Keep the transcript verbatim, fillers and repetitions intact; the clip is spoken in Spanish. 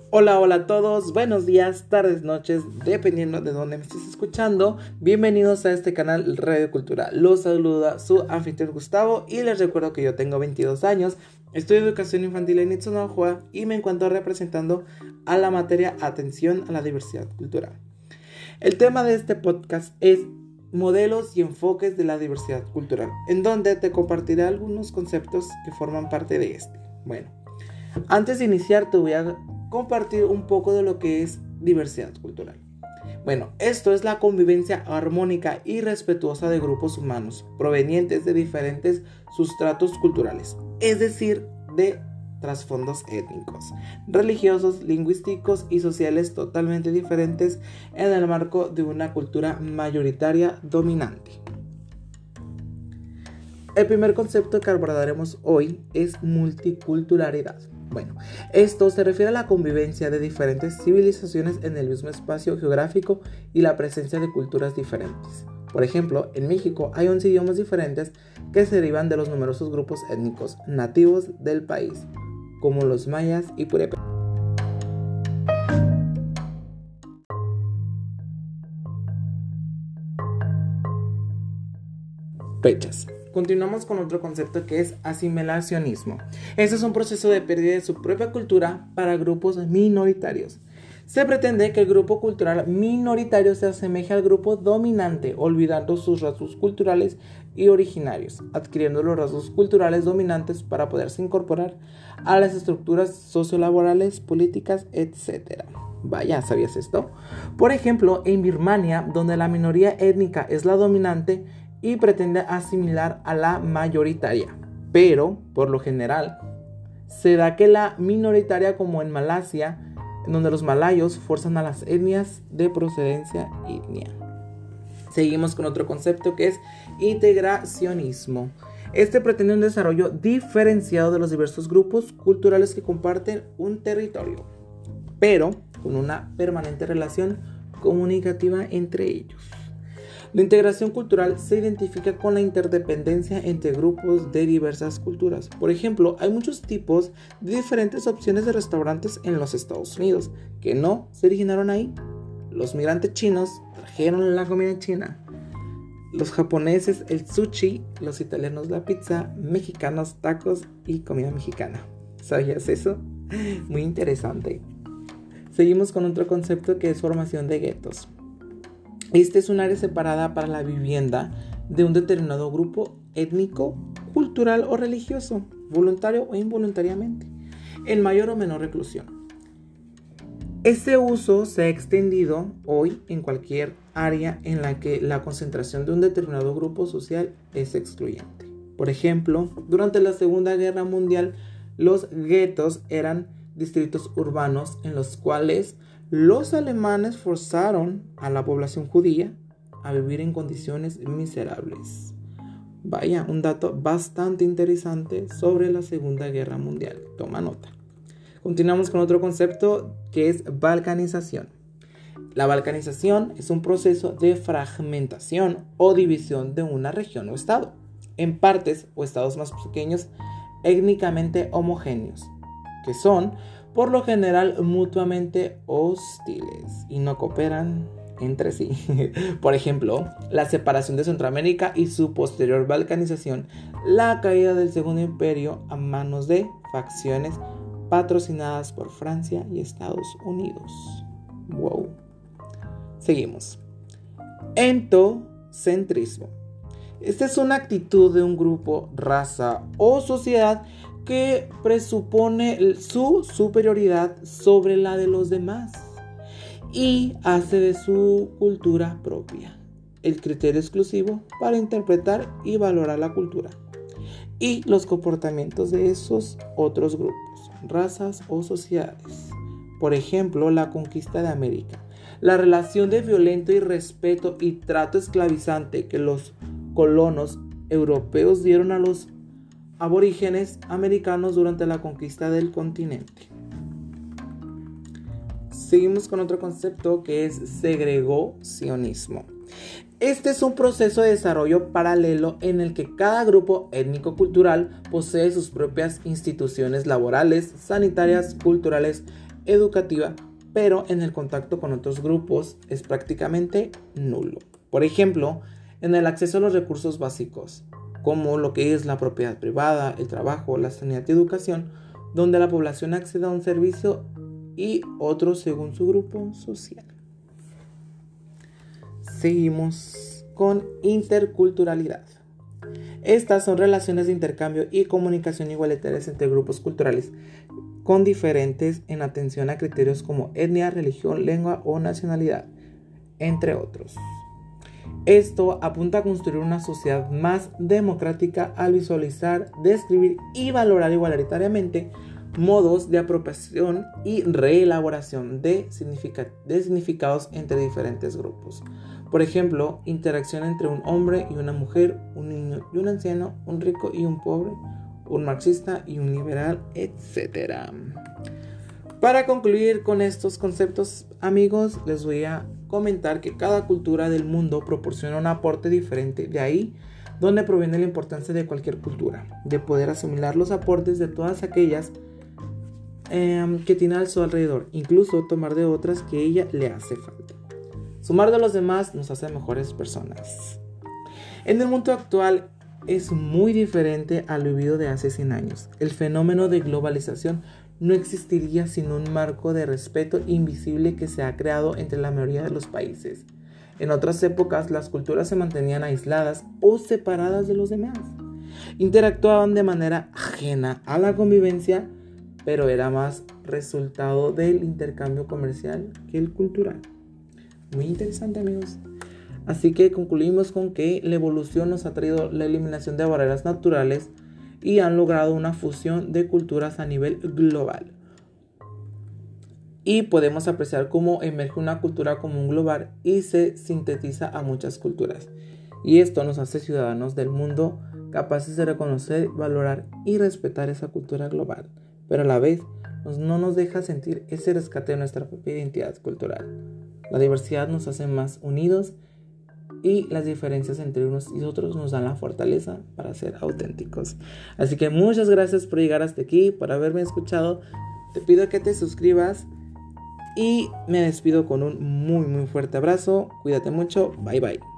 Hola, hola a todos, buenos días, tardes, noches, dependiendo de dónde me estés escuchando. Bienvenidos a este canal Radio Cultura. Los saluda su anfitrión Gustavo y les recuerdo que yo tengo veintidós años, estudio educación infantil en Itzunojoa y me encuentro representando a la materia Atención a la Diversidad Cultural. El tema de este podcast es modelos y enfoques de la diversidad cultural, en donde te compartiré algunos conceptos que forman parte de este. Bueno, antes de iniciar te voy a compartir un poco de lo que es diversidad cultural. Bueno, esto es la convivencia armónica y respetuosa de grupos humanos provenientes de diferentes sustratos culturales, es decir, de trasfondos étnicos, religiosos, lingüísticos y sociales totalmente diferentes en el marco de una cultura mayoritaria dominante. El primer concepto que abordaremos hoy es multiculturalidad. Bueno, esto se refiere a la convivencia de diferentes civilizaciones en el mismo espacio geográfico y la presencia de culturas diferentes. Por ejemplo, en México hay once idiomas diferentes que se derivan de los numerosos grupos étnicos nativos del país, como los mayas y purépechas. Continuamos con otro concepto que es asimilacionismo. Este es un proceso de pérdida de su propia cultura para grupos minoritarios. Se pretende que el grupo cultural minoritario se asemeje al grupo dominante, olvidando sus rasgos culturales y originarios, adquiriendo los rasgos culturales dominantes para poderse incorporar a las estructuras sociolaborales, políticas, etcétera. Vaya, ¿sabías esto? Por ejemplo, en Birmania, donde la minoría étnica es la dominante y pretende asimilar a la mayoritaria, pero por lo general se da que la minoritaria, como en Malasia, en donde los malayos forzan a las etnias de procedencia ígnea. Seguimos con otro concepto que es integracionismo. Este pretende un desarrollo diferenciado de los diversos grupos culturales que comparten un territorio, pero con una permanente relación comunicativa entre ellos. La integración cultural se identifica con la interdependencia entre grupos de diversas culturas. Por ejemplo, hay muchos tipos de diferentes opciones de restaurantes en los Estados Unidos que no se originaron ahí. Los migrantes chinos trajeron la comida china, los japoneses el sushi, los italianos la pizza, mexicanos tacos y comida mexicana. ¿Sabías eso? Muy interesante. Seguimos con otro concepto que es formación de guetos. Este es un área separada para la vivienda de un determinado grupo étnico, cultural o religioso, voluntario o involuntariamente, en mayor o menor reclusión. Este uso se ha extendido hoy en cualquier área en la que la concentración de un determinado grupo social es excluyente. Por ejemplo, durante la Segunda Guerra Mundial, los guetos eran distritos urbanos en los cuales los alemanes forzaron a la población judía a vivir en condiciones miserables. Vaya, un dato bastante interesante sobre la Segunda Guerra Mundial. Toma nota. Continuamos con otro concepto que es balcanización. La balcanización es un proceso de fragmentación o división de una región o estado en partes o estados más pequeños étnicamente homogéneos, que son por lo general mutuamente hostiles y no cooperan entre sí. Por ejemplo, la separación de Centroamérica y su posterior balcanización, la caída del Segundo Imperio a manos de facciones patrocinadas por Francia y Estados Unidos. Wow. Seguimos. Etnocentrismo. Esta es una actitud de un grupo, raza o sociedad que presupone su superioridad sobre la de los demás y hace de su cultura propia el criterio exclusivo para interpretar y valorar la cultura y los comportamientos de esos otros grupos, razas o sociedades. Por ejemplo, la conquista de América, la relación de violento irrespeto y trato esclavizante que los colonos europeos dieron a los aborígenes americanos durante la conquista del continente. Seguimos con otro concepto que es segregacionismo. Este es un proceso de desarrollo paralelo en el que cada grupo étnico-cultural posee sus propias instituciones laborales, sanitarias, culturales educativa, pero en el contacto con otros grupos es prácticamente nulo. Por ejemplo, en el acceso a los recursos básicos, como lo que es la propiedad privada, el trabajo, la sanidad y educación, donde la población accede a un servicio y otro según su grupo social. Seguimos con interculturalidad. Estas son relaciones de intercambio y comunicación igualitarias entre grupos culturales con diferentes en atención a criterios como etnia, religión, lengua o nacionalidad, entre otros. Esto apunta a construir una sociedad más democrática al visualizar, describir y valorar igualitariamente modos de apropiación y reelaboración de, significa- de significados entre diferentes grupos. Por ejemplo, interacción entre un hombre y una mujer, un niño y un anciano, un rico y un pobre, un marxista y un liberal, etcétera. Para concluir con estos conceptos, amigos, les voy a comentar que cada cultura del mundo proporciona un aporte diferente. De ahí donde proviene la importancia de cualquier cultura, de poder asimilar los aportes de todas aquellas eh, que tiene a su alrededor, incluso tomar de otras que ella le hace falta. Sumar de los demás nos hace mejores personas. En el mundo actual es muy diferente a lo vivido de hace cien años. El fenómeno de globalización no existiría sin un marco de respeto invisible que se ha creado entre la mayoría de los países. En otras épocas, las culturas se mantenían aisladas o separadas de los demás. Interactuaban de manera ajena a la convivencia, pero era más resultado del intercambio comercial que el cultural. Muy interesante, amigos. Así que concluimos con que la evolución nos ha traído la eliminación de barreras naturales y han logrado una fusión de culturas a nivel global. Y podemos apreciar cómo emerge una cultura común global y se sintetiza a muchas culturas. Y esto nos hace ciudadanos del mundo capaces de reconocer, valorar y respetar esa cultura global. Pero a la vez nos, no nos deja sentir ese rescate de nuestra propia identidad cultural. La diversidad nos hace más unidos y las diferencias entre unos y otros nos dan la fortaleza para ser auténticos. Así que muchas gracias por llegar hasta aquí, por haberme escuchado. Te pido que te suscribas y me despido con un muy muy fuerte abrazo. Cuídate mucho. Bye bye.